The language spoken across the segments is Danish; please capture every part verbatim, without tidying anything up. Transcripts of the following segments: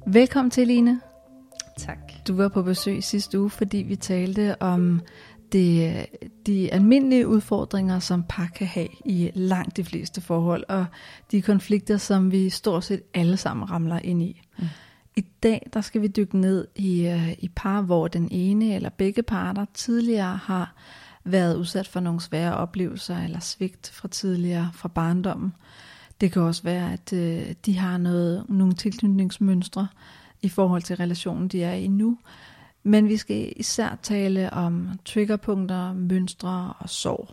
Velkommen til, Line. Tak. Du var på besøg sidste uge, fordi vi talte om det, de almindelige udfordringer, som par kan have i langt de fleste forhold, og de konflikter, som vi stort set alle sammen ramler ind i. Mm. I dag der skal vi dykke ned i, i par, hvor den ene eller begge parter tidligere har været udsat for nogle svære oplevelser eller svigt fra tidligere, fra barndommen. Det kan også være, at øh, de har noget, nogle tilknytningsmønstre i forhold til relationen, de er i nu. Men vi skal især tale om triggerpunkter, mønstre og sorg.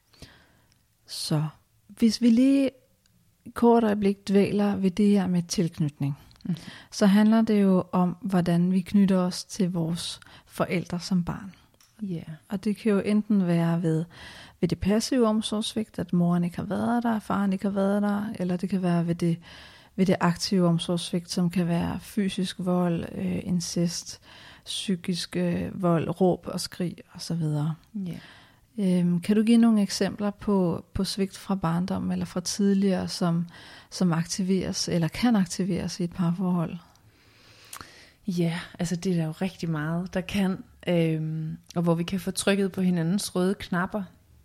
Så hvis vi lige kort øjeblik dvæler ved det her med tilknytning, mm. så handler det jo om, hvordan vi knytter os til vores forældre som barn. Yeah. Og det kan jo enten være ved, ved det passive omsorgssvigt, at moren ikke har været der, faren ikke har været der, eller det kan være ved det, ved det aktive omsorgssvigt, som kan være fysisk vold, øh, incest, psykisk øh, vold, råb og skrig osv. Yeah. Øhm, kan du give nogle eksempler på, på svigt fra barndom eller fra tidligere, som, som aktiveres eller kan aktiveres i et parforhold? Ja, altså det er der jo rigtig meget, der kan, øhm, og hvor vi kan få trykket på hinandens røde knapper.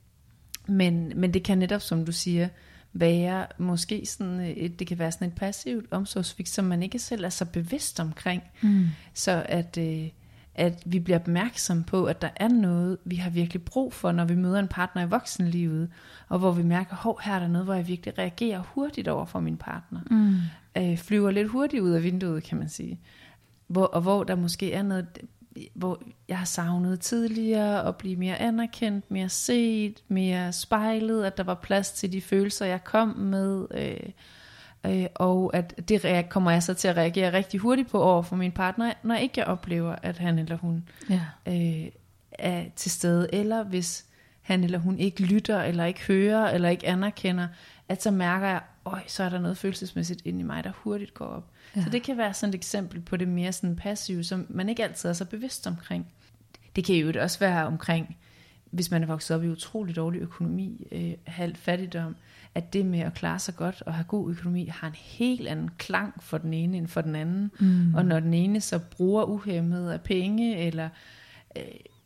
Men, men det kan netop, som du siger, være måske sådan et, det kan være sådan et passivt omsorgssvigt, som man ikke selv er så bevidst omkring. Mm. Så at, øh, at vi bliver opmærksom på, at der er noget, vi har virkelig brug for, når vi møder en partner i voksenlivet, og hvor vi mærker, hov, her er der noget, hvor jeg virkelig reagerer hurtigt over for min partner. Mm. Øh, flyver lidt hurtigt ud af vinduet, kan man sige. Hvor, og hvor der måske er noget, hvor jeg har savnet tidligere at blive mere anerkendt, mere set, mere spejlet, at der var plads til de følelser, jeg kom med, øh, øh, og at det kommer jeg så til at reagere rigtig hurtigt på over for min partner, når ikke jeg oplever, at han eller hun ja. øh, er til stede, eller hvis han eller hun ikke lytter, eller ikke hører, eller ikke anerkender, at så mærker jeg, øj, så er der noget følelsesmæssigt inde i mig, der hurtigt går op. Ja. Så det kan være sådan et eksempel på det mere sådan passive, som man ikke altid er så bevidst omkring. Det kan jo også være omkring, hvis man er vokset op i utrolig dårlig økonomi, øh, halv fattigdom, at det med at klare sig godt og have god økonomi, har en helt anden klang for den ene end for den anden. Mm. Og når den ene så bruger uhæmmet af penge, eller øh,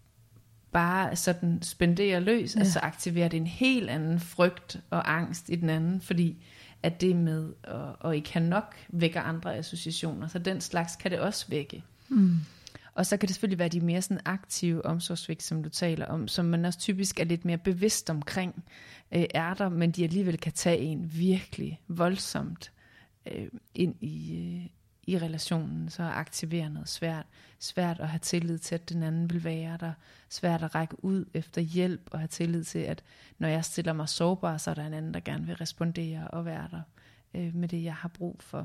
bare sådan spenderer løs, ja. Så aktiverer det en helt anden frygt og angst i den anden, fordi at det med at, at ikke have nok vækker andre associationer, så den slags kan det også vække. Mm. Og så kan det selvfølgelig være de mere sådan aktive omsorgssvigt, som du taler om, som man også typisk er lidt mere bevidst omkring, øh, er der, men de alligevel kan tage en virkelig voldsomt øh, ind i, øh, i relationen, så aktivere noget svært. Svært at have tillid til, at den anden vil være der. Svært at række ud efter hjælp og have tillid til, at når jeg stiller mig sårbar, så er der en anden, der gerne vil respondere og være der øh, med det, jeg har brug for.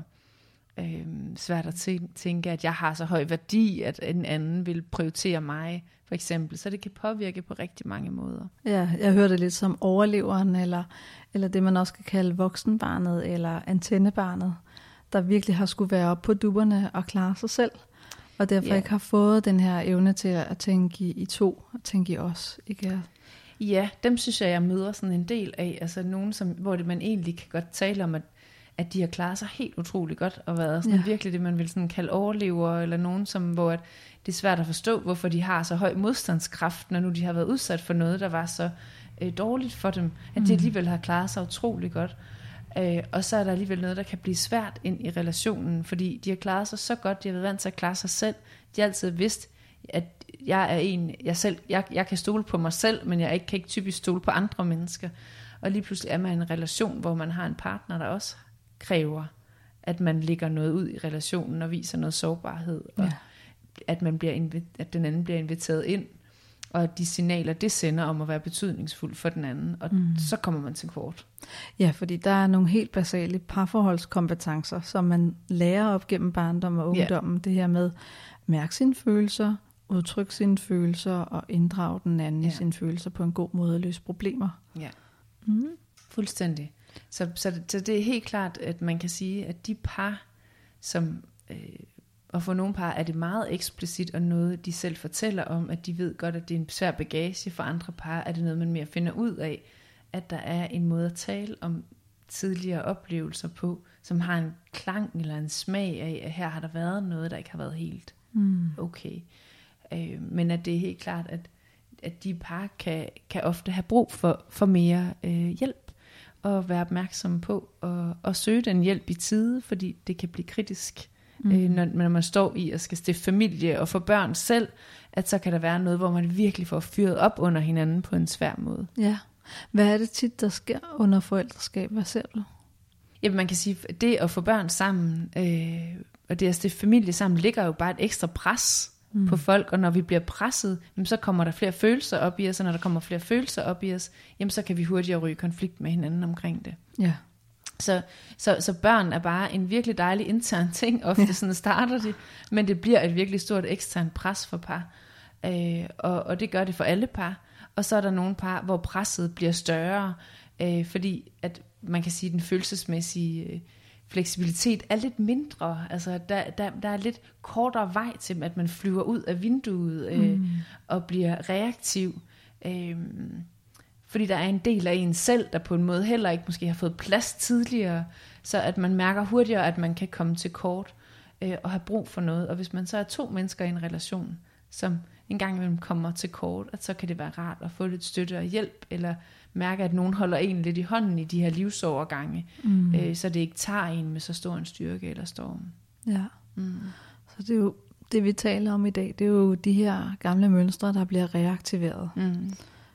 Øh, svært at tænke, at jeg har så høj værdi, at en anden vil prioritere mig, for eksempel. Så det kan påvirke på rigtig mange måder. Ja, jeg hører det lidt som overleveren, eller, eller det man også kan kalde voksenbarnet, eller antennebarnet, der virkelig har skulle være op på dupperne og klare sig selv, og derfor ja. Ikke har fået den her evne til at tænke i, i to, og tænke i os, ikke? Ja, dem synes jeg, jeg møder sådan en del af, altså nogen, som, hvor det, man egentlig kan godt tale om, at, at de har klaret sig helt utroligt godt, og været sådan ja. Virkelig det, man vil sådan kalde overlever, eller nogen, som, hvor at det er svært at forstå, hvorfor de har så høj modstandskraft, når nu de har været udsat for noget, der var så øh, dårligt for dem, at de alligevel har klaret sig utroligt godt. Øh, og så er der alligevel noget, der kan blive svært ind i relationen, fordi de har klaret sig så godt, de har været vant til at klare sig selv, de har altid vidst, at jeg er en, jeg, selv, jeg, jeg kan stole på mig selv, men jeg ikke, kan ikke typisk stole på andre mennesker. Og lige pludselig er man i en relation, hvor man har en partner, der også kræver, at man lægger noget ud i relationen og viser noget sårbarhed, og ja. at, man bliver invi- at den anden bliver inviteret ind, og de signaler, det sender om at være betydningsfuld for den anden, og mm. så kommer man til kort. Ja, fordi der er nogle helt basale parforholdskompetencer, som man lærer op gennem barndom og ungdommen, yeah. det her med at mærke sine følelser, udtrykke sine følelser og inddrage den anden yeah. i sine følelser på en god måde at løse problemer. Ja, mm. fuldstændig. Så, så, så det er helt klart, at man kan sige, at de par, som... Øh, Og for nogle par er det meget eksplicit, og noget de selv fortæller om, at de ved godt, at det er en svær bagage. For andre par er det noget, man mere finder ud af, at der er en måde at tale om tidligere oplevelser på, som har en klang eller en smag af, at her har der været noget, der ikke har været helt mm. okay. Øh, men at det er helt klart, at, at de par kan, kan ofte have brug for, for mere øh, hjælp, og være opmærksomme på at, at søge den hjælp i tide, fordi det kan blive kritisk, mm. øh, når, når man står i og skal stifte familie og få børn selv, at så kan der være noget, hvor man virkelig får fyret op under hinanden på en svær måde. Ja. Hvad er det tit, der sker under forældreskab? Hvad ser du? Jamen man kan sige, at det at få børn sammen, øh, og det at stifte familie sammen, ligger jo bare et ekstra pres mm. på folk, og når vi bliver presset, jamen, så kommer der flere følelser op i os, og når der kommer flere følelser op i os, jamen, så kan vi hurtigere ryge i konflikt med hinanden omkring det. Ja. Så, så, så børn er bare en virkelig dejlig intern ting, ofte ja. Sådan starter de, men det bliver et virkelig stort ekstern pres for par, øh, og, og det gør det for alle par, og så er der nogle par, hvor presset bliver større, øh, fordi at man kan sige, at den følelsesmæssige øh, fleksibilitet er lidt mindre. Altså der, der, der er lidt kortere vej til, at man flyver ud af vinduet øh, mm. og bliver reaktiv. Øh, fordi der er en del af en selv, der på en måde heller ikke måske har fået plads tidligere, så at man mærker hurtigere, at man kan komme til kort øh, og have brug for noget. Og hvis man så er to mennesker i en relation, som en gang imellem kommer til kort, at så kan det være rart at få lidt støtte og hjælp, eller mærke, at nogen holder en lidt i hånden i de her livsovergange, mm. øh, så det ikke tager en med så stor en styrke eller storm. Ja, mm. så det er jo det, vi taler om i dag, det er jo de her gamle mønstre, der bliver reaktiveret mm.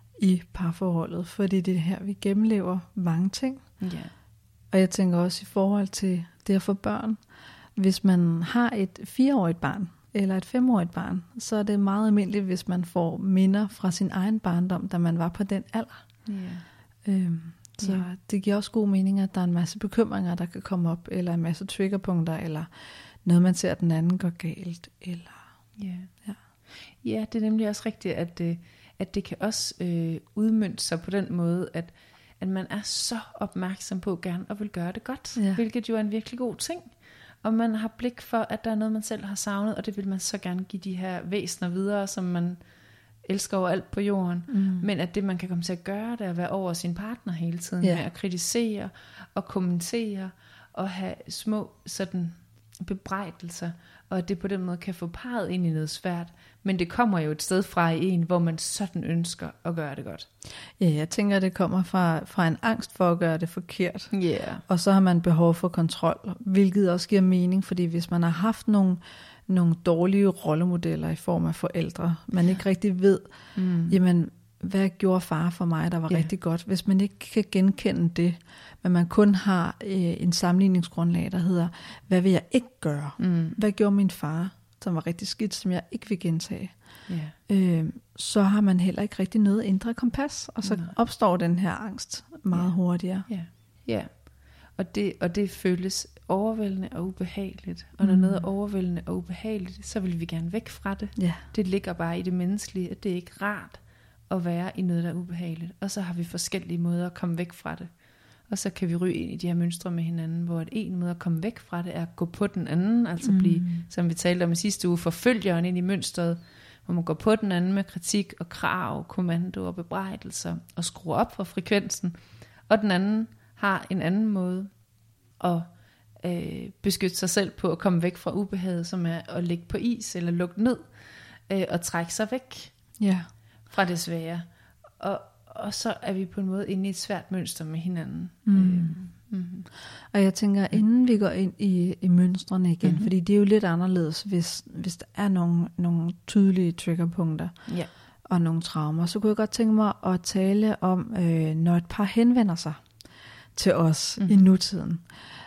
i parforholdet, fordi det er her, vi gennemlever mange ting. Yeah. Og jeg tænker også i forhold til det at få børn, hvis man har et fireårigt barn, eller et femårigt barn, så er det meget almindeligt, hvis man får minder fra sin egen barndom, da man var på den alder. Yeah. Øhm, så yeah. det giver også god mening, at der er en masse bekymringer, der kan komme op, eller en masse triggerpunkter, eller noget, man ser, at den anden går galt. Eller, yeah. ja. ja, det er nemlig også rigtigt, at, at det kan også øh, udmønte sig på den måde, at, at man er så opmærksom på gerne at vil gøre det godt, yeah. hvilket jo er en virkelig god ting. Og man har blik for, at der er noget, man selv har savnet, og det vil man så gerne give de her væsener videre, som man elsker overalt på jorden. Mm. Men at det, man kan komme til at gøre, det er at være over sin partner hele tiden, yeah. med at kritisere og kommentere, og have små sådan bebrejdelser, og at det på den måde kan få parret ind i noget svært. Men det kommer jo et sted fra i en, hvor man sådan ønsker at gøre det godt. Ja, jeg tænker, at det kommer fra, fra en angst for at gøre det forkert. Yeah. Og så har man behov for kontrol, hvilket også giver mening, fordi hvis man har haft nogle, nogle dårlige rollemodeller i form af forældre, man ikke rigtig ved, mm. jamen, hvad gjorde far for mig, der var yeah. rigtig godt? Hvis man ikke kan genkende det, men man kun har øh, en sammenligningsgrundlag, der hedder, hvad vil jeg ikke gøre? Mm. Hvad gjorde min far, som var rigtig skidt, som jeg ikke vil gentage? Yeah. Øh, så har man heller ikke rigtig noget indre kompas, og så Nej. opstår den her angst meget yeah. hurtigere. Ja, yeah. yeah. og, det, og det føles overvældende og ubehageligt. Og når mm. noget er overvældende og ubehageligt, så vil vi gerne væk fra det. Yeah. Det ligger bare i det menneskelige, at det er ikke rart at være i noget, der er ubehageligt. Og så har vi forskellige måder at komme væk fra det. Og så kan vi ryge ind i de her mønstre med hinanden, hvor at en måde at komme væk fra det er at gå på den anden, altså mm. blive, som vi talte om i sidste uge, forfølgeren ind i mønstret, hvor man går på den anden med kritik og krav, kommando og bebrejdelser, og skruer op for frekvensen. Og den anden har en anden måde at øh, beskytte sig selv på, at komme væk fra ubehaget, som er at ligge på is eller lukke ned øh, og trække sig væk. Ja. Yeah. Fra det svære. Og, og så er vi på en måde inde i et svært mønster med hinanden. Mm. Øhm, mm. Og jeg tænker, inden vi går ind i, i mønstrene igen, mm-hmm. fordi det er jo lidt anderledes, hvis, hvis der er nogle, nogle tydelige triggerpunkter ja. og nogle traumer, så kunne jeg godt tænke mig at tale om, øh, når et par henvender sig til os mm. i nutiden.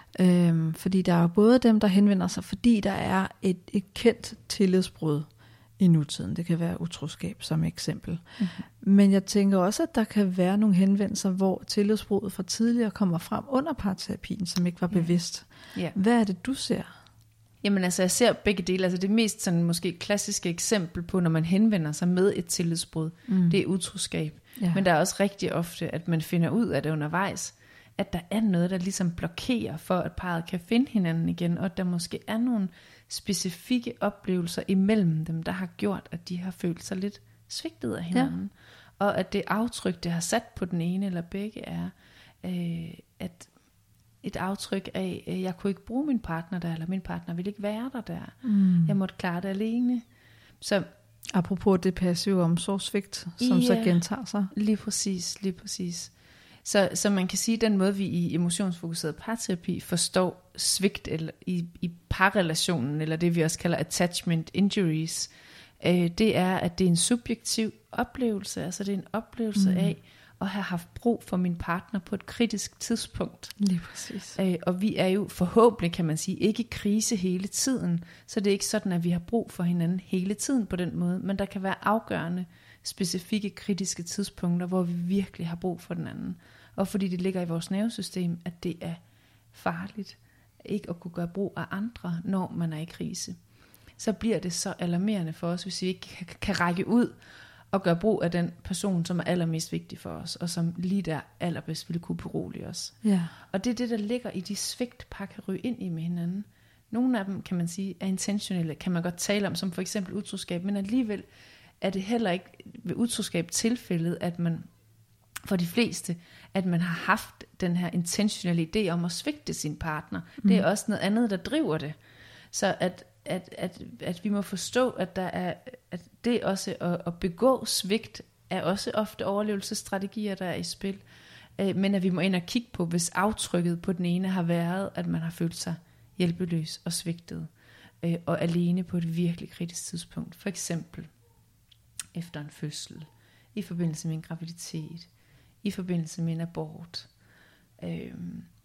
Øhm, fordi der er jo både dem, der henvender sig, fordi der er et, et kendt tillidsbrud i nutiden. Det kan være utroskab som eksempel. Mm-hmm. Men jeg tænker også, at der kan være nogle henvendelser, hvor tillidsbruddet fra tidligere kommer frem under parterapien, som ikke var bevidst. Yeah. Hvad er det, du ser? Jamen altså, jeg ser begge dele. Altså det mest sådan måske klassiske eksempel på, når man henvender sig med et tillidsbrud, mm. det er utroskab. Ja. Men der er også rigtig ofte, at man finder ud af det undervejs, at der er noget, der ligesom blokerer for, at parret kan finde hinanden igen, og at der måske er nogle specifikke oplevelser imellem dem, der har gjort, at de har følt sig lidt svigtet af hinanden. Ja. Og at det aftryk, det har sat på den ene eller begge, er, øh, at, et aftryk af, at jeg kunne ikke bruge min partner der, eller min partner ville ikke være der der. Mm. Jeg måtte klare det alene. Så apropos det passive omsorgssvigt, som ja, så gentager sig. Lige præcis, lige præcis. Så, så man kan sige, at den måde, vi i emotionsfokuseret parterapi forstår svigt eller i, i parrelationen, eller det vi også kalder attachment injuries, øh, det er, at det er en subjektiv oplevelse. Altså det er en oplevelse mm. af at have haft brug for min partner på et kritisk tidspunkt. Lige præcis. Øh, og vi er jo forhåbentlig, kan man sige, ikke i krise hele tiden. Så det er ikke sådan, at vi har brug for hinanden hele tiden på den måde. Men der kan være afgørende, specifikke kritiske tidspunkter, hvor vi virkelig har brug for den anden. Og fordi det ligger i vores nervesystem, at det er farligt ikke at kunne gøre brug af andre, når man er i krise. Så bliver det så alarmerende for os, hvis vi ikke kan række ud og gøre brug af den person, som er allermest vigtig for os, og som lige der allerbedst ville kunne berolige os. Ja. Og det er det, der ligger i de svigt, par kan ryge ind i med hinanden. Nogle af dem, kan man sige, er intentionelle, kan man godt tale om, som for eksempel utroskab, men alligevel er det heller ikke ved utroskab tilfældet, at man for de fleste, at man har haft den her intentionelle idé om at svigte sin partner. Mm. Det er også noget andet, der driver det. Så at, at, at, at vi må forstå, at, der er, at det også at, at begå svigt, er også ofte overlevelsesstrategier, der er i spil. Men at vi må ind og kigge på, hvis aftrykket på den ene har været, at man har følt sig hjælpeløs og svigtet, og alene på et virkelig kritisk tidspunkt. For eksempel efter en fødsel, i forbindelse med en graviditet, i forbindelse med en abort, øh,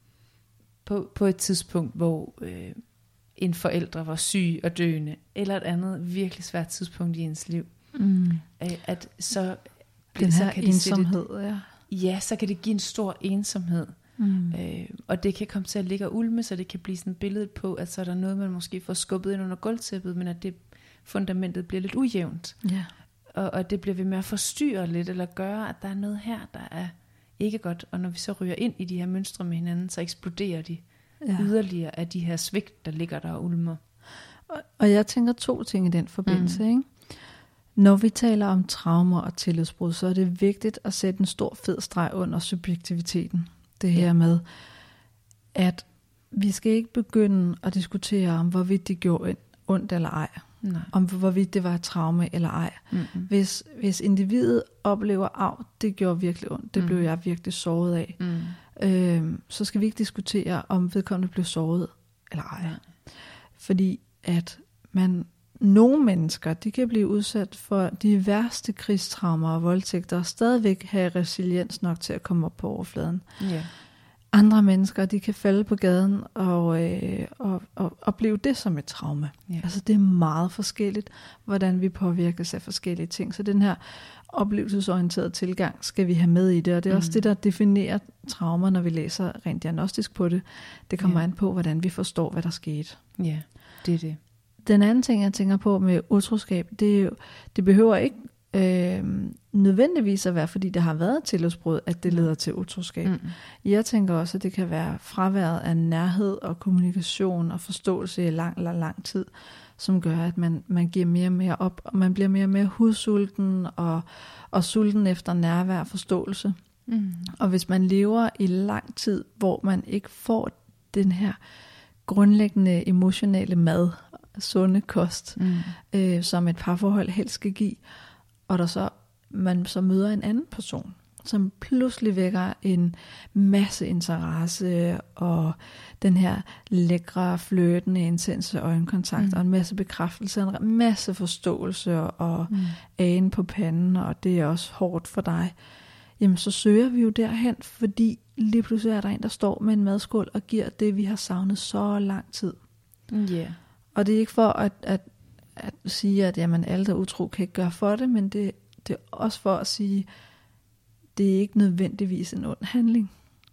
på, på et tidspunkt, hvor øh, en forælder var syg og døende, eller et andet virkelig svært tidspunkt i ens liv. Mm. Øh, at så, Den så her kan ensomhed, det, ja. Ja, så kan det give en stor ensomhed. Mm. Øh, og det kan komme til at ligge og ulme, så det kan blive sådan et billede på, at så er der noget, man måske får skubbet ind under gulvtæppet, men at det fundamentet bliver lidt ujævnt. Ja. Og, og det bliver ved med at forstyrre lidt, eller gøre, at der er noget her, der er ikke godt. Og når vi så ryger ind i de her mønstre med hinanden, så eksploderer de ja. yderligere af de her svigt, der ligger der og ulmer. Og, og jeg tænker to ting i den forbindelse. Mm. Ikke? Når vi taler om traumer og tillidsbrud, så er det vigtigt at sætte en stor fed streg under subjektiviteten. Det her ja. med, at vi skal ikke begynde at diskutere om, hvorvidt det gjorde ondt eller ej. Nej. Om hvorvidt det var et traume eller ej. Mm-hmm. Hvis, hvis individet oplever, at det gjorde virkelig ondt, det mm. blev jeg virkelig såret af, mm. øh, så skal vi ikke diskutere, om vedkommende blev såret eller ej. Ja. Fordi at man, nogle mennesker, de kan blive udsat for de værste krigstraumer og voldtægter, og stadigvæk have resiliens nok til at komme op på overfladen. Yeah. Andre mennesker, de kan falde på gaden og, øh, og, og opleve det som et traume. Yeah. Altså det er meget forskelligt, hvordan vi påvirkes af forskellige ting. Så den her oplevelsesorienterede tilgang skal vi have med i det, og det er mm. også det, der definerer traumer, når vi læser rent diagnostisk på det. Det kommer yeah. an på, hvordan vi forstår, hvad der skete. Ja, yeah, det er det. Den anden ting, jeg tænker på med utroskab, det er jo, det behøver ikke øh, nødvendigvis at være, fordi det har været tillidsbrud, at det leder til utroskab. Mm. Jeg tænker også, at det kan være fraværet af nærhed og kommunikation og forståelse i lang, lang, lang tid, som gør, at man, man giver mere og mere op, og man bliver mere og mere hudsulten og, og sulten efter nærvær og forståelse. Mm. Og hvis man lever i lang tid, hvor man ikke får den her grundlæggende emotionelle mad, sunde kost, mm. øh, som et parforhold helst skal give, og der så man så møder en anden person, som pludselig vækker en masse interesse og den her lækre, flirtende, intense øjenkontakt mm. og en masse bekræftelse, en masse forståelse og mm. agen på panden, og det er også hårdt for dig. Jamen så søger vi jo derhen, fordi lige pludselig er der en, der står med en madskål og giver det, vi har savnet så lang tid. Yeah. Og det er ikke for at, at, at sige, at jamen, alle der utro kan ikke gøre for det, men det, det er også for at sige, det er ikke nødvendigvis en ond handling.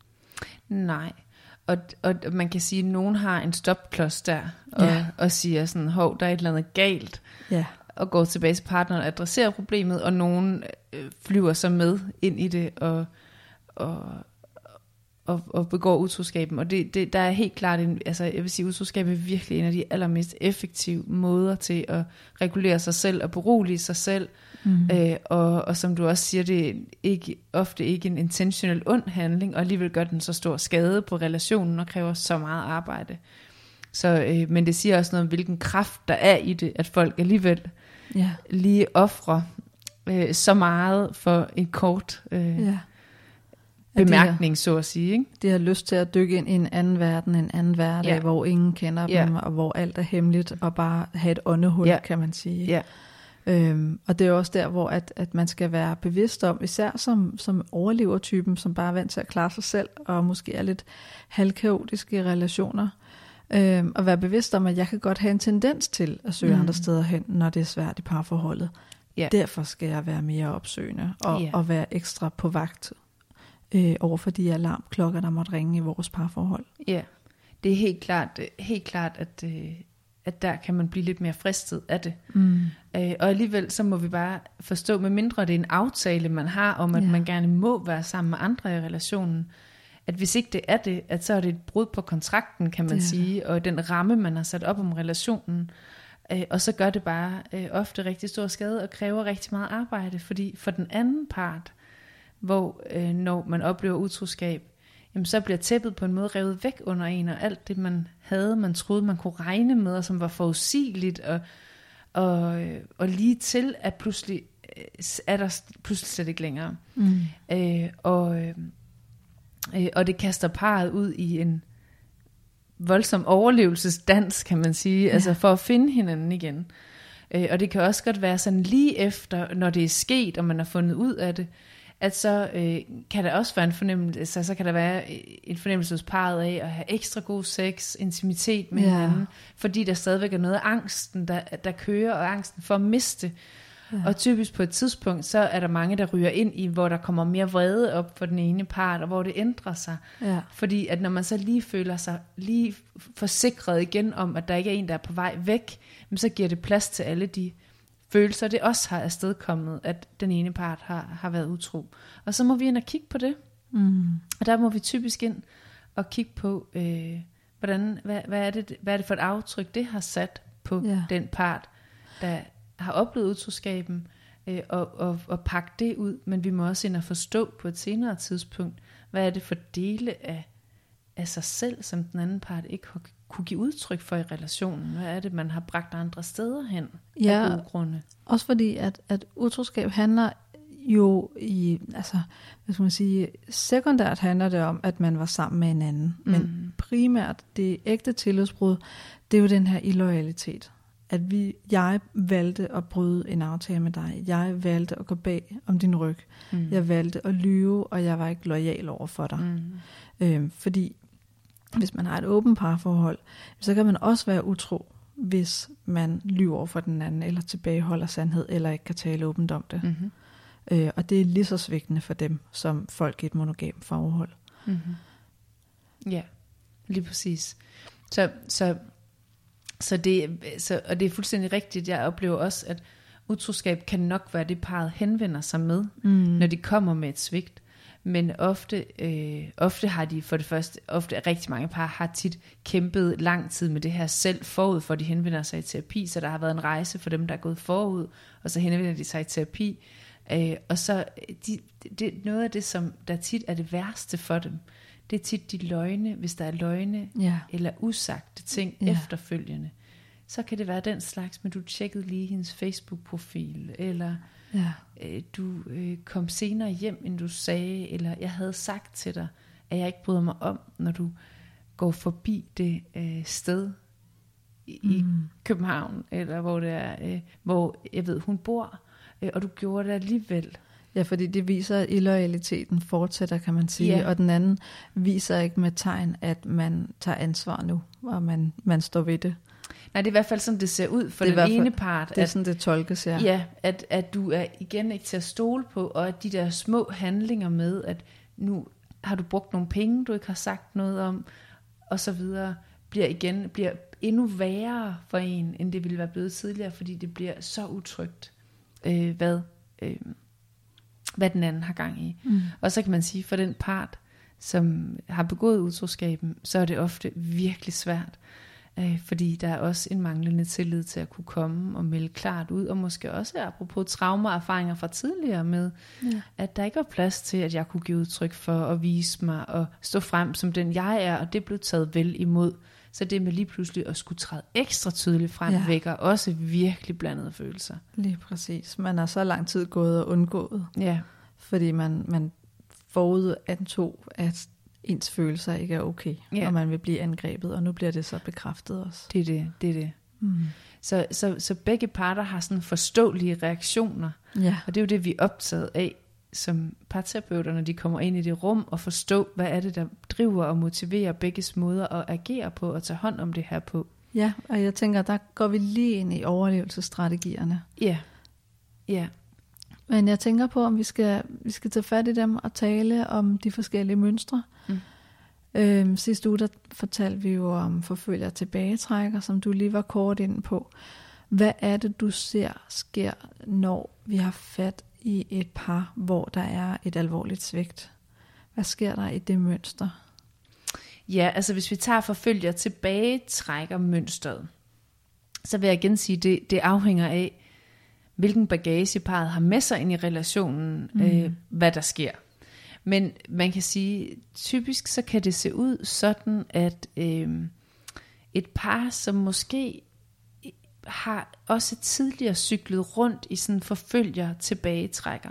Nej, og, og man kan sige, at nogen har en stopklods der, og, ja. og siger sådan, hov, der er et eller andet galt, ja. og går tilbage til partneren og adresserer problemet, og nogen øh, flyver så med ind i det, og, og, og, og begår utroskaben. Og det, det, der er helt klart, en, altså jeg vil sige, utroskab er virkelig en af de allermest effektive måder til at regulere sig selv og berolige sig selv. Mm. Øh, og, og som du også siger, det er ikke, ofte ikke en intentionel ond handling, og alligevel gør den så stor skade på relationen og kræver så meget arbejde. Så, øh, men det siger også noget om, hvilken kraft der er i det, at folk alligevel ja. lige offrer øh, så meget for en kort øh, ja. bemærkning, har, så at sige. Ikke? De har lyst til at dykke ind i en anden verden, en anden hverdag, ja. hvor ingen kender ja. dem, og hvor alt er hemmeligt, og bare have et åndehul, ja. kan man sige. Ja. Øhm, og det er også der, hvor at, at man skal være bevidst om, især som, som overlevertypen, som bare er vant til at klare sig selv, og måske er lidt halvkaotiske relationer, øhm, og være bevidst om, at jeg kan godt have en tendens til at søge mm. andre steder hen, når det er svært i parforholdet. Yeah. Derfor skal jeg være mere opsøgende, og, yeah. og være ekstra på vagt øh, over for de alarmklokker, der måtte ringe i vores parforhold. Ja, yeah. Det er helt klart, helt klart at... Øh at der kan man blive lidt mere fristet af det. Mm. Øh, og alligevel så må vi bare forstå, med mindre det er en aftale, man har om, at ja. man gerne må være sammen med andre i relationen, at hvis ikke det er det, at så er det et brud på kontrakten, kan man det sige, og den ramme, man har sat op om relationen. Øh, og så gør det bare øh, ofte rigtig stor skade, og kræver rigtig meget arbejde, fordi for den anden part, hvor øh, når man oplever utroskab, jamen så bliver tæppet på en måde revet væk under en, og alt det man havde, man troede man kunne regne med, og som var forudsigeligt, og, og, og lige til, at pludselig er der pludselig slet ikke længere. Mm. Øh, og, øh, og det kaster parret ud i en voldsom overlevelsesdans, kan man sige, ja. altså for at finde hinanden igen. Øh, og det kan også godt være sådan lige efter, når det er sket, og man har fundet ud af det, at så øh, kan der også være en fornemmelse, så, så kan der være en fornemmelse hos parret af at have ekstra god sex, intimitet med ja. hinanden, fordi der stadigvæk er noget af angsten, der, der kører, og angsten for at miste. Ja. Og typisk på et tidspunkt, så er der mange, der ryger ind i, hvor der kommer mere vrede op for den ene part, og hvor det ændrer sig. Ja. Fordi at når man så lige føler sig lige forsikret igen om, at der ikke er en, der er på vej væk, så giver det plads til alle de følelser, det også har afstedkommet, at den ene part har, har været utro. Og så må vi ind og kigge på det. Mm. Og der må vi typisk ind og kigge på, øh, hvordan, hvad, hvad, er det, hvad er det for et aftryk, det har sat på ja. den part, der har oplevet utroskaben, øh, og, og, og pakke det ud. Men vi må også ind og forstå på et senere tidspunkt, hvad er det for dele af, af sig selv, som den anden part ikke har kunne give udtryk for i relationen. Hvad er det, man har bragt andre steder hen? Ja, af gode grunde? Også fordi, at, at utroskab handler jo i, altså, hvad skal man sige, sekundært handler det om, at man var sammen med en anden. Mm. Men primært, det ægte tillidsbrud, det er jo den her illoyalitet. At vi, jeg valgte at bryde en aftale med dig. Jeg valgte at gå bag om din ryg. Mm. Jeg valgte at lyve, og jeg var ikke loyal over for dig. Mm. Øhm, fordi hvis man har et åbent parforhold, så kan man også være utro, hvis man lyver over for den anden, eller tilbageholder sandhed, eller ikke kan tale åbent om det. Mm-hmm. Øh, og det er lige så svigtende for dem, som folk i et monogamt forhold. Mm-hmm. Ja, lige præcis. Så, så, så, det, så og det er fuldstændig rigtigt. Jeg oplever også, at utroskab kan nok være det, parret henvender sig med, mm. når de kommer med et svigt. Men ofte, øh, ofte har de for det første, ofte rigtig mange par har tit kæmpet lang tid med det her selv forud, for de henvender sig i terapi, så der har været en rejse for dem, der er gået forud, og så henvender de sig i terapi. Øh, og så de, det, noget af det, som der tit er det værste for dem, det er tit de løgne, hvis der er løgne ja. eller usagte ting ja. efterfølgende. Så kan det være den slags, men du tjekkede lige hendes Facebook-profil, eller ja. øh, du øh, kom senere hjem, end du sagde, eller jeg havde sagt til dig, at jeg ikke bryder mig om, når du går forbi det øh, sted i, mm. i København, eller hvor det er, øh, hvor jeg ved, hun bor, øh, og du gjorde det alligevel. Ja, fordi det viser, at illoyaliteten fortsætter, kan man sige, ja. og den anden viser ikke med tegn, at man tager ansvar nu, og man, man står ved det. Nej, det er i hvert fald sådan, det ser ud for den fald, ene part. Det er at, sådan, det tolkes, ja. Ja, at, at du er igen ikke til at stole på, og at de der små handlinger med, at nu har du brugt nogle penge, du ikke har sagt noget om, og så videre, bliver igen bliver endnu værre for en, end det ville være blevet tidligere, fordi det bliver så utrygt, øh, hvad, øh, hvad den anden har gang i. Mm. Og så kan man sige, for den part, som har begået utroskaben, så er det ofte virkelig svært. Øh, fordi der er også en manglende tillid til at kunne komme og melde klart ud, og måske også apropos traumer og erfaringer fra tidligere med, ja. At der ikke var plads til, at jeg kunne give udtryk for at vise mig og stå frem som den jeg er, og det blev taget vel imod. Så det med lige pludselig at skulle træde ekstra tydeligt frem, ja. Vækker også virkelig blandede følelser. Lige præcis. Man er så lang tid gået og undgået, ja. Fordi man, man forud antog, at ens følelser ikke er okay, ja. Og man vil blive angrebet, og nu bliver det så bekræftet også. Det er det, det er det. Mm. Så, så, så begge parter har sådan forståelige reaktioner, ja. Og det er jo det, vi er optaget af som parterapeuter, når de kommer ind i det rum, og forstå, hvad er det, der driver og motiverer begges måder at agere på, og tage hånd om det her på. Ja, og jeg tænker, der går vi lige ind i overlevelsesstrategierne. Ja, ja. Men jeg tænker på, om vi skal, vi skal tage fat i dem og tale om de forskellige mønstre. Mm. Øhm, sidste uge, der fortalte vi jo om forfølger tilbagetrækker, som du lige var kort inde på. Hvad er det, du ser sker, når vi har fat i et par, hvor der er et alvorligt svigt? Hvad sker der i det mønster? Ja, altså hvis vi tager forfølger tilbagetrækker mønstret, så vil jeg igen sige, det, det afhænger af, hvilken bagage parret har med sig ind i relationen, mm. øh, hvad der sker. Men man kan sige, typisk så kan det se ud sådan, at øh, et par, som måske har også tidligere cyklet rundt i sådan forfølger tilbagetrækker,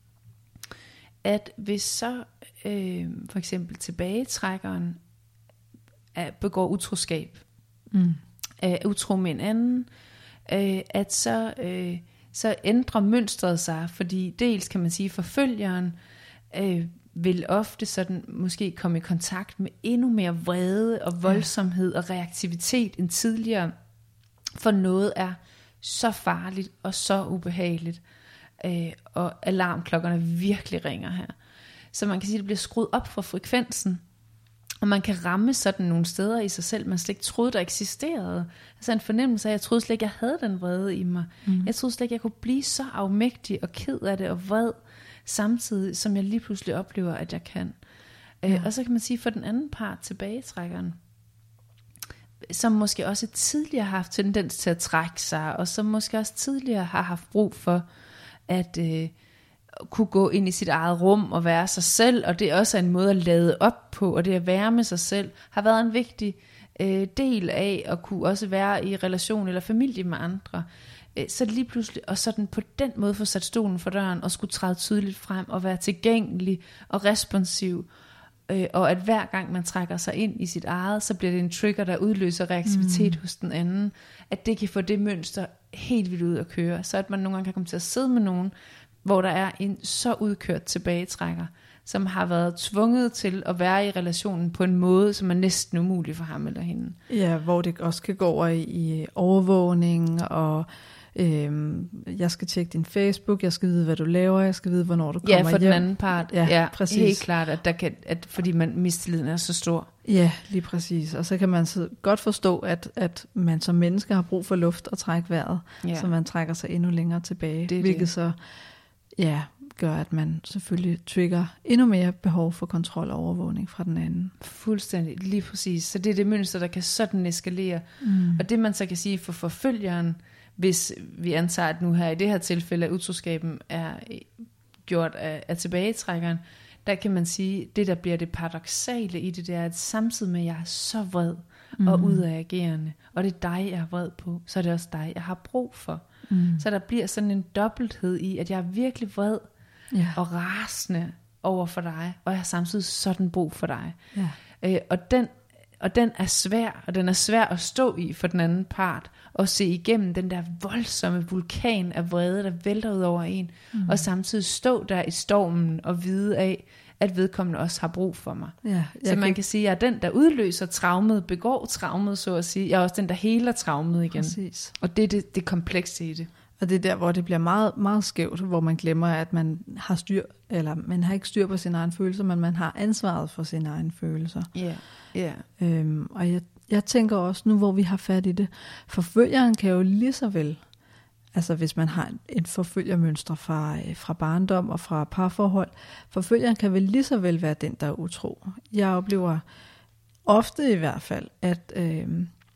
at hvis så øh, for eksempel tilbagetrækkeren er, begår utroskab, mm. er utro med en anden, øh, at så, øh, så ændrer mønstret sig, fordi dels kan man sige, forfølgeren øh, vil ofte sådan måske komme i kontakt med endnu mere vrede og voldsomhed ja. Og reaktivitet end tidligere, for noget er så farligt og så ubehageligt, øh, og alarmklokkerne virkelig ringer her. Så man kan sige, at det bliver skruet op for frekvensen, og man kan ramme sådan nogle steder i sig selv, man slet ikke troede, der eksisterede. Altså en fornemmelse af, at jeg troede slet ikke, jeg havde den vrede i mig. Mm. Jeg troede slet ikke, jeg kunne blive så afmægtig og ked af det og vred, samtidig som jeg lige pludselig oplever, at jeg kan. Ja. Øh, og så kan man sige, for den anden part, tilbagetrækkeren, som måske også tidligere har haft tendens til at trække sig, og som måske også tidligere har haft brug for at øh, kunne gå ind i sit eget rum og være sig selv, og det er også en måde at lade op på, og det at være med sig selv, har været en vigtig øh, del af at kunne også være i relation eller familie med andre. Øh, så lige pludselig, og sådan på den måde få sat stolen for døren, og skulle træde tydeligt frem, og være tilgængelig og responsiv, øh, og at hver gang man trækker sig ind i sit eget, så bliver det en trigger, der udløser reaktivitet mm. hos den anden, at det kan få det mønster helt vildt ud at køre, så at man nogle gange kan komme til at sidde med nogen, hvor der er en så udkørt tilbagetrækker, som har været tvunget til at være i relationen på en måde, som er næsten umulig for ham eller hende. Ja, hvor det også kan gå over i, i overvågning, og øhm, jeg skal tjekke din Facebook, jeg skal vide, hvad du laver, jeg skal vide, hvornår du kommer hjem. Ja, for hjem. den anden part. Ja, ja præcis. Helt klart, at der kan, at fordi man mistilliden er så stor. Ja, lige præcis. Og så kan man så godt forstå, at, at man som menneske har brug for luft og trække vejret, ja. Så man trækker sig endnu længere tilbage, det hvilket det. så ja, gør, at man selvfølgelig trigger endnu mere behov for kontrol og overvågning fra den anden. Fuldstændig, lige præcis. Så det er det mønster, der kan sådan eskalere. Mm. Og det man så kan sige for forfølgeren, hvis vi antager, at nu her i det her tilfælde, at utroskaben er gjort af, af tilbagetrækkeren, der kan man sige, det der bliver det paradoksale i det, det er, at samtidig med, at jeg er så vred mm. og udreagerende, og det er dig, jeg er vred på, så er det også dig, jeg har brug for. Mm. Så der bliver sådan en dobbelthed i, at jeg er virkelig vred ja. og rasende over for dig, og jeg har samtidig sådan brug for dig. Ja. Øh, og, den, og den er svær, og den er svær at stå i for den anden part, og se igennem den der voldsomme vulkan af vrede, der vælter ud over en, mm. og samtidig stå der i stormen og vide af, at vedkommende også har brug for mig. Ja, så man kan... kan sige, at jeg er den, der udløser traumet, begår traumet, så at sige. Jeg er også den, der heler traumet igen. Præcis. Og det er det, det komplekse i det. Og det er der, hvor det bliver meget, meget skævt, hvor man glemmer, at man har styr, eller man har ikke styr på sine egne følelser, men man har ansvaret for sine egne følelser. Ja, yeah. yeah. øhm, og jeg, jeg tænker også, nu hvor vi har fat i det, forfølgeren kan jo lige så vel altså hvis man har en forfølgermønster fra, fra barndom og fra parforhold, forfølgeren kan vel lige så vel være den, der er utro. Jeg oplever ofte i hvert fald, at, øh,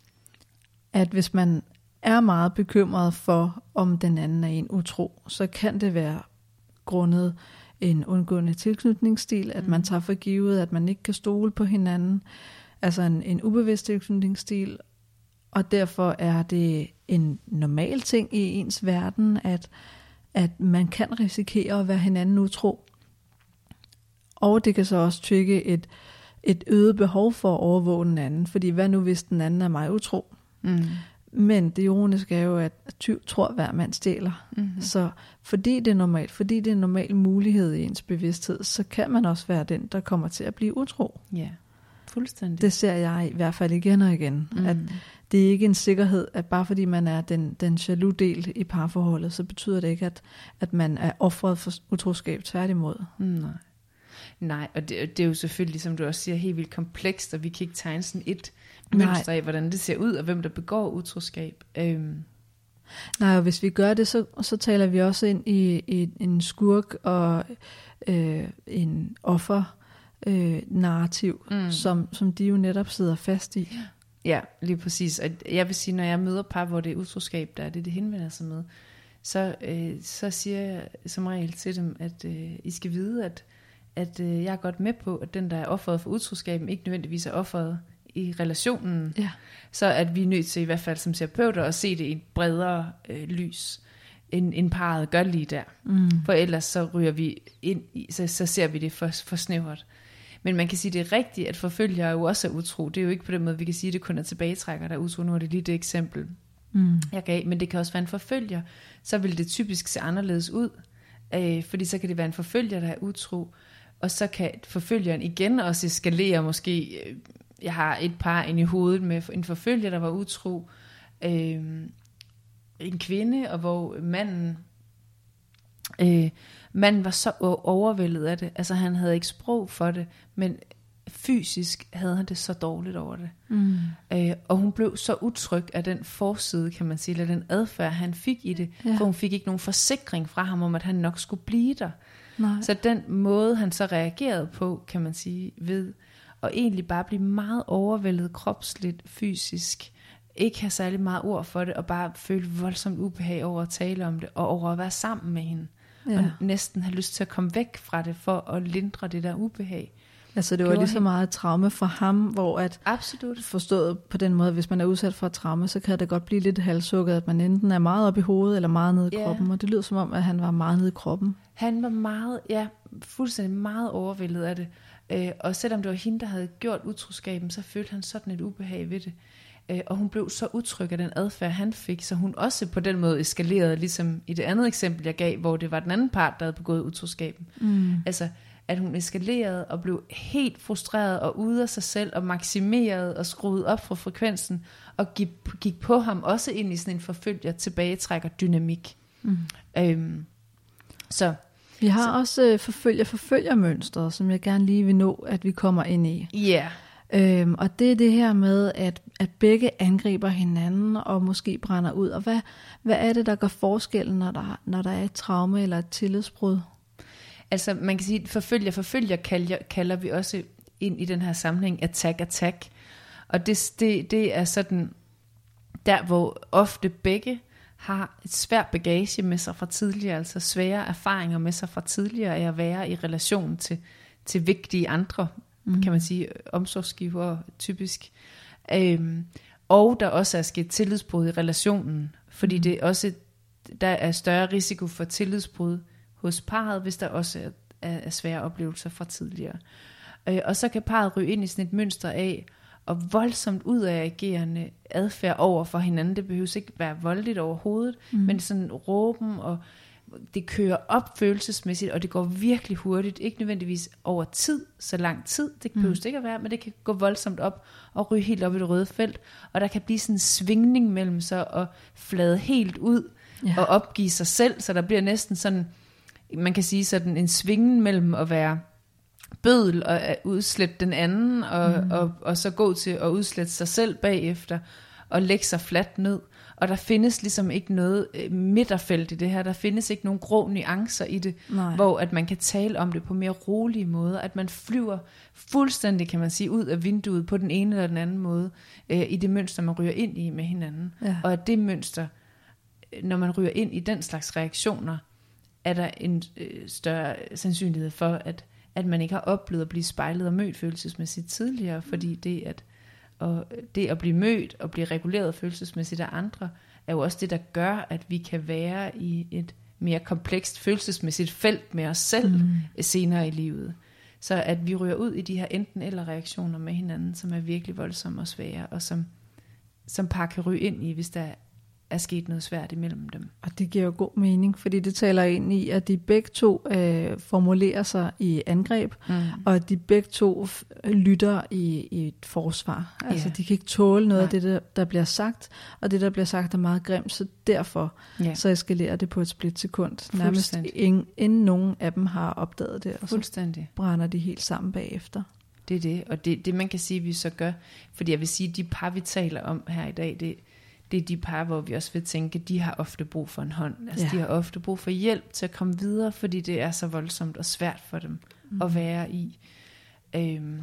at hvis man er meget bekymret for, om den anden er en utro, så kan det være grundet en undgående tilknytningsstil, at man tager for givet, at man ikke kan stole på hinanden, altså en, en ubevidst tilknytningsstil, og derfor er det en normal ting i ens verden, at, at man kan risikere at være hinanden utro. Og det kan så også trigge et, et øget behov for at overvåge den anden, fordi hvad nu hvis den anden er mig utro? Mm. Men det ironiske er jo, at tyv tror hver mand stjæler. Mm-hmm. Så fordi det er normalt, fordi det er en normal mulighed i ens bevidsthed, så kan man også være den, der kommer til at blive utro. Ja, fuldstændig. Det ser jeg i hvert fald igen og igen. Mm. At det er ikke en sikkerhed, at bare fordi man er den, den jaloux del i parforholdet, så betyder det ikke, at, at man er offret for utroskab, tværtimod. Mm, nej. Nej, og det, det er jo selvfølgelig, som du også siger, helt vildt komplekst, og vi kan ikke tegne sådan et mønster af, hvordan det ser ud, og hvem der begår utroskab. Øhm. Nej, og hvis vi gør det, så, så taler vi også ind i, i en skurk og øh, en offer øh, narrativ, mm. som, som de jo netop sidder fast i. Ja, lige præcis. Og jeg vil sige, når jeg møder par, hvor det er utroskab, der er det, det henvender sig med, så, øh, så siger jeg som regel til dem, at øh, I skal vide, at at øh, jeg er godt med på, at den, der er offeret for utroskaben, ikke nødvendigvis er offeret i relationen. Ja. Så at vi er nødt til, i hvert fald som terapeuter, at se det i et bredere øh, lys, end, end parret gør lige der. Mm. For ellers så ryger vi ind i, så, så ser vi det for, for snævert. Men man kan sige, det er rigtigt, at forfølgere jo også er utro. Det er jo ikke på den måde, vi kan sige, at det kun er tilbagetrækker, der er utro. Nu er det lige det eksempel, mm. jeg gav. Men det kan også være en forfølger. Så vil det typisk se anderledes ud. Øh, fordi så kan det være en forfølger, der er utro. Og så kan forfølgeren igen også eskalere måske. Jeg har et par ind i hovedet med en forfølger, der var utro. Øh, en kvinde, og hvor manden, øh, manden var så overvældet af det. Altså han havde ikke sprog for det, men fysisk havde han det så dårligt over det. Mm. Øh, og hun blev så utryg af den forside, kan man sige, eller den adfærd, han fik i det. Ja. For hun fik ikke nogen forsikring fra ham om, at han nok skulle blive der. Nej. Så den måde, han så reagerede på, kan man sige, ved at egentlig bare blive meget overvældet kropsligt, fysisk, ikke have særlig meget ord for det, og bare føle voldsomt ubehag over at tale om det, og over at være sammen med hende. Ja. Og næsten have lyst til at komme væk fra det, for at lindre det der ubehag. Altså det var lige så meget traume for ham, hvor at absolut forstået på den måde, hvis man er udsat for et traume, så kan det godt blive lidt halshugget, at man enten er meget oppe i hovedet, eller meget nede i yeah. kroppen, og det lyder som om, at han var meget nede i kroppen. Han var meget, ja, fuldstændig meget overvældet af det, øh, og selvom det var hende, der havde gjort utroskaben, så følte han sådan et ubehag ved det, øh, og hun blev så utryg af den adfærd, han fik, så hun også på den måde eskalerede, ligesom i det andet eksempel, jeg gav, hvor det var den anden part, der havde begået utroskaben. Mm. Altså, at hun eskalerede og blev helt frustreret og ude af sig selv og maksimeret og skruede op for frekvensen og gik, gik på ham også ind i sådan en forfølger tilbagetrækker dynamik. Mm. Øhm, så vi har så, også øh, forfølger forfølgermønstret, som jeg gerne lige vil nå, at vi kommer ind i. Ja. Yeah. Øhm, og det er det her med, at, at begge angriber hinanden og måske brænder ud. Og hvad, hvad er det, der gør forskellen, når der, når der er et traume eller et tillidsbrud? Altså man kan sige, at forfølger, forfølger kalder, kalder vi også ind i den her sammenhæng attack, attack. Og det, det, det er sådan, der hvor ofte begge har et svært bagage med sig fra tidligere, altså svære erfaringer med sig fra tidligere af at være i relation til, til vigtige andre, mm. kan man sige, omsorgsgiver typisk. Øhm, og der også er sket tillidsbrud i relationen, fordi mm. det også, der er større risiko for tillidsbrud hos parret, hvis der også er, er, er svære oplevelser fra tidligere. Øh, og så kan parret ryge ind i sådan et mønster af, og voldsomt udadreagerende adfærd over for hinanden. Det behøves ikke være voldeligt overhovedet, mm. men sådan råben, og det kører op følelsesmæssigt, og det går virkelig hurtigt. Ikke nødvendigvis over tid, så lang tid, det behøves mm. ikke at være, men det kan gå voldsomt op, og ryge helt op i det røde felt, og der kan blive sådan en svingning mellem sig, og flade helt ud, ja. Og opgive sig selv, så der bliver næsten sådan, man kan sige sådan en svingen mellem at være bødel og at udslette den anden, og, mm. og, og så gå til at udslette sig selv bagefter, og lægge sig fladt ned. Og der findes ligesom ikke noget øh, midterfelt i det her. Der findes ikke nogen grå nuancer i det, Nej. hvor at man kan tale om det på mere rolige måder. At man flyver fuldstændig, kan man sige, ud af vinduet på den ene eller den anden måde, øh, i det mønster, man ryger ind i med hinanden. Ja. Og at det mønster, når man ryger ind i den slags reaktioner, er der en øh, større sandsynlighed for, at, at man ikke har oplevet at blive spejlet og mødt følelsesmæssigt tidligere, fordi det at, og det at blive mødt og blive reguleret følelsesmæssigt af andre, er jo også det, der gør, at vi kan være i et mere komplekst følelsesmæssigt felt med os selv mm. senere i livet. Så at vi ryger ud i de her enten eller reaktioner med hinanden, som er virkelig voldsomme og svære, og som, som par kan ryge ind i, hvis der er sket noget svært imellem dem. Og det giver jo god mening, fordi det taler ind i, at de begge to øh, formulerer sig i angreb, mm. og at de begge to f- lytter i, i et forsvar. Altså Ja. de kan ikke tåle noget Nej. af det, der, der bliver sagt, og det, der bliver sagt, er meget grimt, så derfor Ja. så eskalerer det på et splitsekund. Nærmest Fuldstændig. ingen, inden nogen af dem har opdaget det, og så Fuldstændig. brænder de helt sammen bagefter. Det er det, og det, det man kan sige, vi så gør, fordi jeg vil sige, de par, vi taler om her i dag, det Det er de par, hvor vi også vil tænke, de har ofte brug for en hånd. Altså Ja. de har ofte brug for hjælp til at komme videre, fordi det er så voldsomt og svært for dem mm. at være i. Øhm,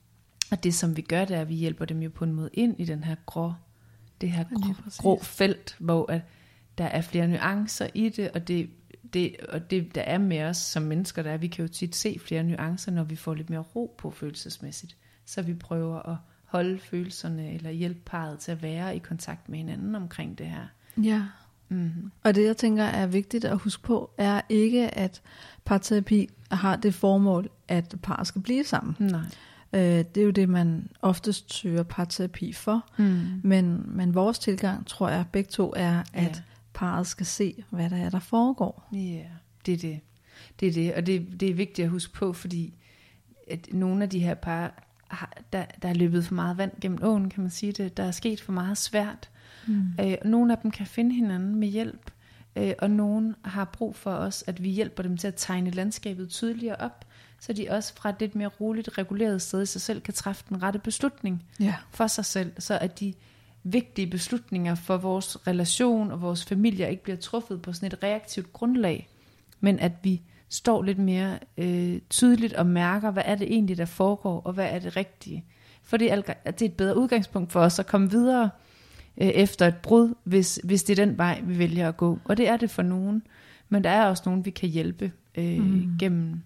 og det som vi gør, det er, at vi hjælper dem jo på en måde ind i den her grå, det her grå, grå felt, hvor at der er flere nuancer i det, og det, det, og det der er med os som mennesker, der er, vi kan jo tit se flere nuancer, når vi får lidt mere ro på følelsesmæssigt. Så vi prøver at holde følelserne, eller hjælpe parret til at være i kontakt med hinanden omkring det her. Ja. Mm-hmm. Og det jeg tænker er vigtigt at huske på, er ikke at parterapi har det formål, at parret skal blive sammen. Nej. Øh, det er jo det, man oftest søger parterapi for. Mm. Men, men vores tilgang, tror jeg, begge to er, at Ja. parret skal se, hvad der er, der foregår. Ja, yeah, det er det. Det er det, og det, det er vigtigt at huske på, fordi at nogle af de her par, har, der, der er løbet for meget vand gennem åen, kan man sige det. Der er sket for meget svært. Mm. Øh, og nogle af dem kan finde hinanden med hjælp, øh, og nogle har brug for os, at vi hjælper dem til at tegne landskabet tydeligere op, så de også fra et lidt mere roligt, reguleret sted i sig selv kan træffe den rette beslutning Ja. for sig selv, så at de vigtige beslutninger for vores relation og vores familie ikke bliver truffet på sådan et reaktivt grundlag, men at vi står lidt mere øh, tydeligt og mærker, hvad er det egentlig, der foregår, og hvad er det rigtige. For det er, det er et bedre udgangspunkt for os at komme videre øh, efter et brud, hvis, hvis det er den vej, vi vælger at gå. Og det er det for nogen, men der er også nogen, vi kan hjælpe øh, mm. gennem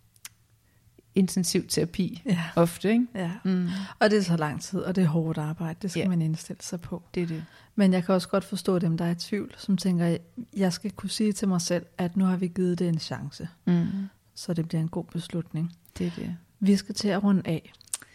intensiv terapi, Ja. ofte, ikke? Ja. Mm. Og det er så lang tid, og det er hårdt arbejde. Det skal Ja. man indstille sig på. Det er det. Men jeg kan også godt forstå dem, der er i tvivl, som tænker, jeg skal kunne sige til mig selv, at nu har vi givet det en chance. Mm. Så det bliver en god beslutning. Det er det. Vi skal til at runde af.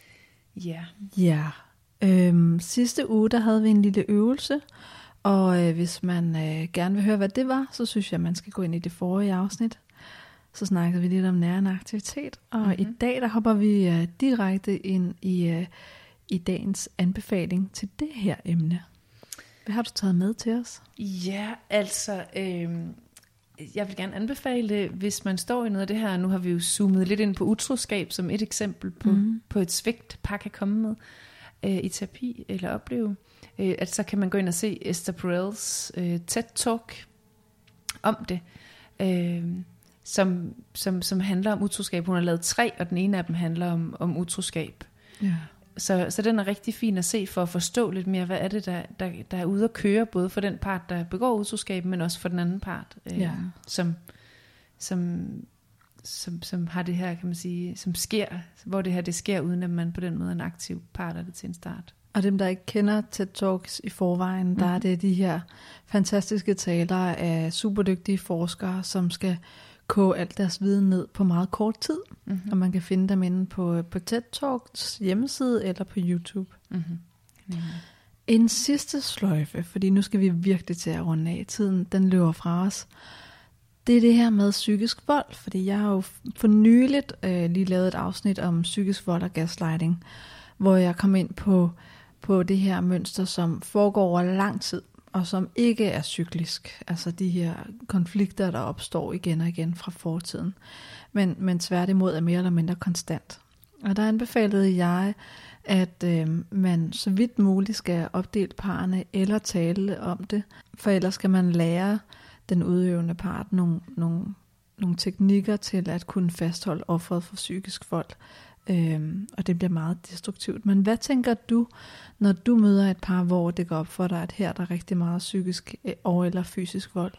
Ja. Ja. Øhm, sidste uge, der havde vi en lille øvelse, og øh, hvis man øh, gerne vil høre, hvad det var, så synes jeg, man skal gå ind i det forrige afsnit. Så snakkede vi lidt om nærende aktivitet, og mm-hmm. i dag, der hopper vi øh, direkte ind i, øh, i dagens anbefaling til det her emne. Hvad har du taget med til os? Ja, altså, øh, jeg vil gerne anbefale, hvis man står i noget af det her, nu har vi jo zoomet lidt ind på utroskab som et eksempel på, mm. på et svigt, par kan komme med øh, i terapi eller opleve, øh, at så kan man gå ind og se Esther Perels øh, TED-talk om det, øh, som, som, som handler om utroskab. Hun har lavet tre, og den ene af dem handler om, om utroskab. Ja. Så, så den er rigtig fin at se for at forstå lidt mere, hvad er det, der, der, der er ude at køre, både for den part, der begår utroskab, men også for den anden part, øh, Ja. som, som, som, som har det her, kan man sige, som sker, hvor det her det sker, uden at man på den måde er en aktiv part af det til en start. Og dem, der ikke kender TED Talks i forvejen, mm. der er det de her fantastiske taler af superdygtige forskere, som skal koge alt deres viden ned på meget kort tid. Mm-hmm. Og man kan finde dem inde på, på TED Talks hjemmeside eller på YouTube. Mm-hmm. Mm-hmm. En sidste sløjfe, fordi nu skal vi virkelig til at runde af. Tiden, den løber fra os. Det er det her med psykisk vold, fordi jeg har jo for nyligt øh, lige lavet et afsnit om psykisk vold og gaslighting, hvor jeg kom ind på, på det her mønster, som foregår over lang tid, og som ikke er cyklisk. Altså de her konflikter, der opstår igen og igen fra fortiden, men, men tværtimod er mere eller mindre konstant. Og der anbefalede jeg at øh, man så vidt muligt skal opdele parerne eller tale om det, for ellers skal man lære den udøvende part nogle, nogle, nogle teknikker til at kunne fastholde offeret for psykisk vold, øh, og det bliver meget destruktivt. Men hvad tænker du, når du møder et par, hvor det går op for dig, at her er der rigtig meget psykisk og eller fysisk vold?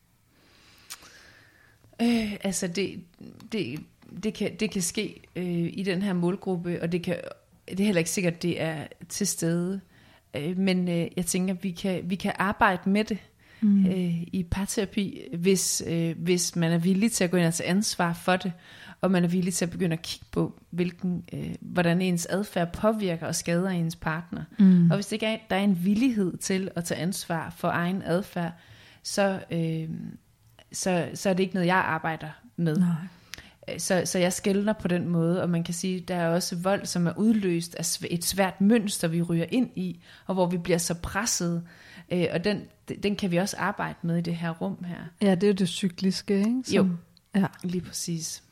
Øh, altså det, det, det, kan, det kan ske øh, i den her målgruppe, og det, kan, det er heller ikke sikkert, at det er til stede. Øh, men øh, jeg tænker, at vi kan, vi kan arbejde med det mm. øh, i parterapi, hvis, øh, hvis man er villig til at gå ind og tage ansvar for det, og man er villig til at begynde at kigge på, hvilken, øh, hvordan ens adfærd påvirker og skader ens partner. Mm. Og hvis det ikke er, der er en villighed til at tage ansvar for egen adfærd, så... Øh, Så, så er det ikke noget, jeg arbejder med. Nej. Så, så jeg skelner på den måde, og man kan sige, der er også vold, som er udløst af et svært mønster, vi ryger ind i, og hvor vi bliver så presset, øh, og den, den kan vi også arbejde med i det her rum her. Ja, det er jo det cykliske, ikke? Som, jo, ja. Lige præcis.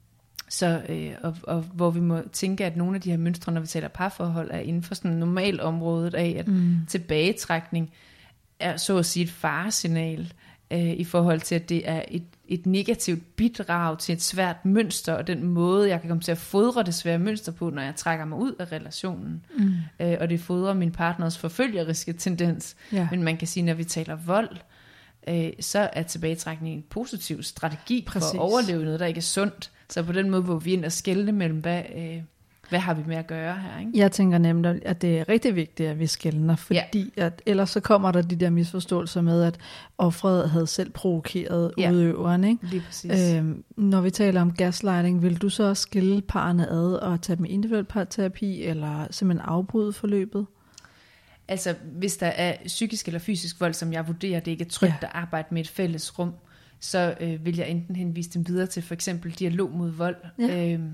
Så, øh, og, og hvor vi må tænke, at nogle af de her mønstre, når vi taler parforhold, er inden for sådan en normal området af, at mm. tilbagetrækning er så at sige et faresignal, i forhold til, at det er et, et negativt bidrag til et svært mønster, og den måde, jeg kan komme til at fodre det svære mønster på, når jeg trækker mig ud af relationen. Mm. Øh, og det fodrer min partners forfølgeriske tendens. Ja. Men man kan sige, når vi taler vold, øh, så er tilbagetrækning en positiv strategi. Præcis. For at overleve noget, der ikke er sundt. Så på den måde, hvor vi ind og skelne mellem, hvad... Øh, Hvad har vi med at gøre her, ikke? Jeg tænker nemlig, at det er rigtig vigtigt, at vi skelner, fordi ja. at ellers så kommer der de der misforståelser med, at offeret havde selv provokeret ja. udøveren, ikke? Lige præcis. Øhm, når vi taler om gaslighting, vil du så også skille parerne ad og tage dem i individuel parterapi, eller simpelthen afbryde forløbet? Altså, hvis der er psykisk eller fysisk vold, som jeg vurderer, det ikke er trygt ja. at arbejde med et fælles rum, så øh, vil jeg enten henvise dem videre til for eksempel dialog mod vold, ja. øhm,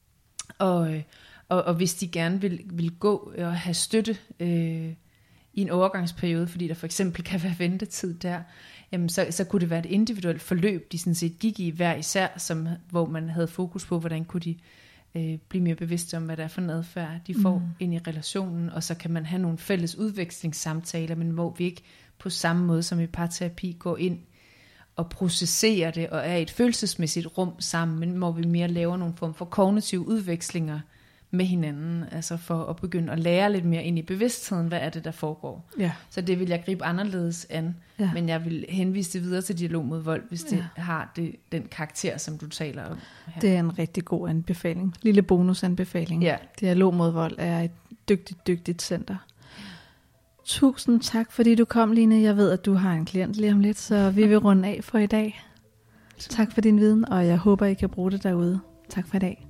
Og, og, og hvis de gerne vil, vil gå og have støtte øh, i en overgangsperiode, fordi der for eksempel kan være ventetid der, jamen så, så kunne det være et individuelt forløb, de sådan set gik i hver især, som, hvor man havde fokus på, hvordan kunne de øh, blive mere bevidste om, hvad det er for en adfærd, de får mm. ind i relationen, og så kan man have nogle fælles udvekslingssamtaler, men hvor vi ikke på samme måde som i parterapi går ind og processerer det, og er i et følelsesmæssigt rum sammen, men hvor vi mere laver nogle form for kognitive udvekslinger med hinanden, altså for at begynde at lære lidt mere ind i bevidstheden, hvad er det, der foregår. Ja. Så det vil jeg gribe anderledes an, ja. men jeg vil henvise det videre til dialog mod vold, hvis det ja. har det, den karakter, som du taler om her. Det er en rigtig god anbefaling. Lille bonusanbefaling. Ja. Dialog mod vold er et dygtigt, dygtigt center. Tusind tak, fordi du kom, Line. Jeg ved, at du har en klient lige om lidt, så vi vil runde af for i dag. Tak for din viden, og jeg håber, I kan bruge det derude. Tak for i dag.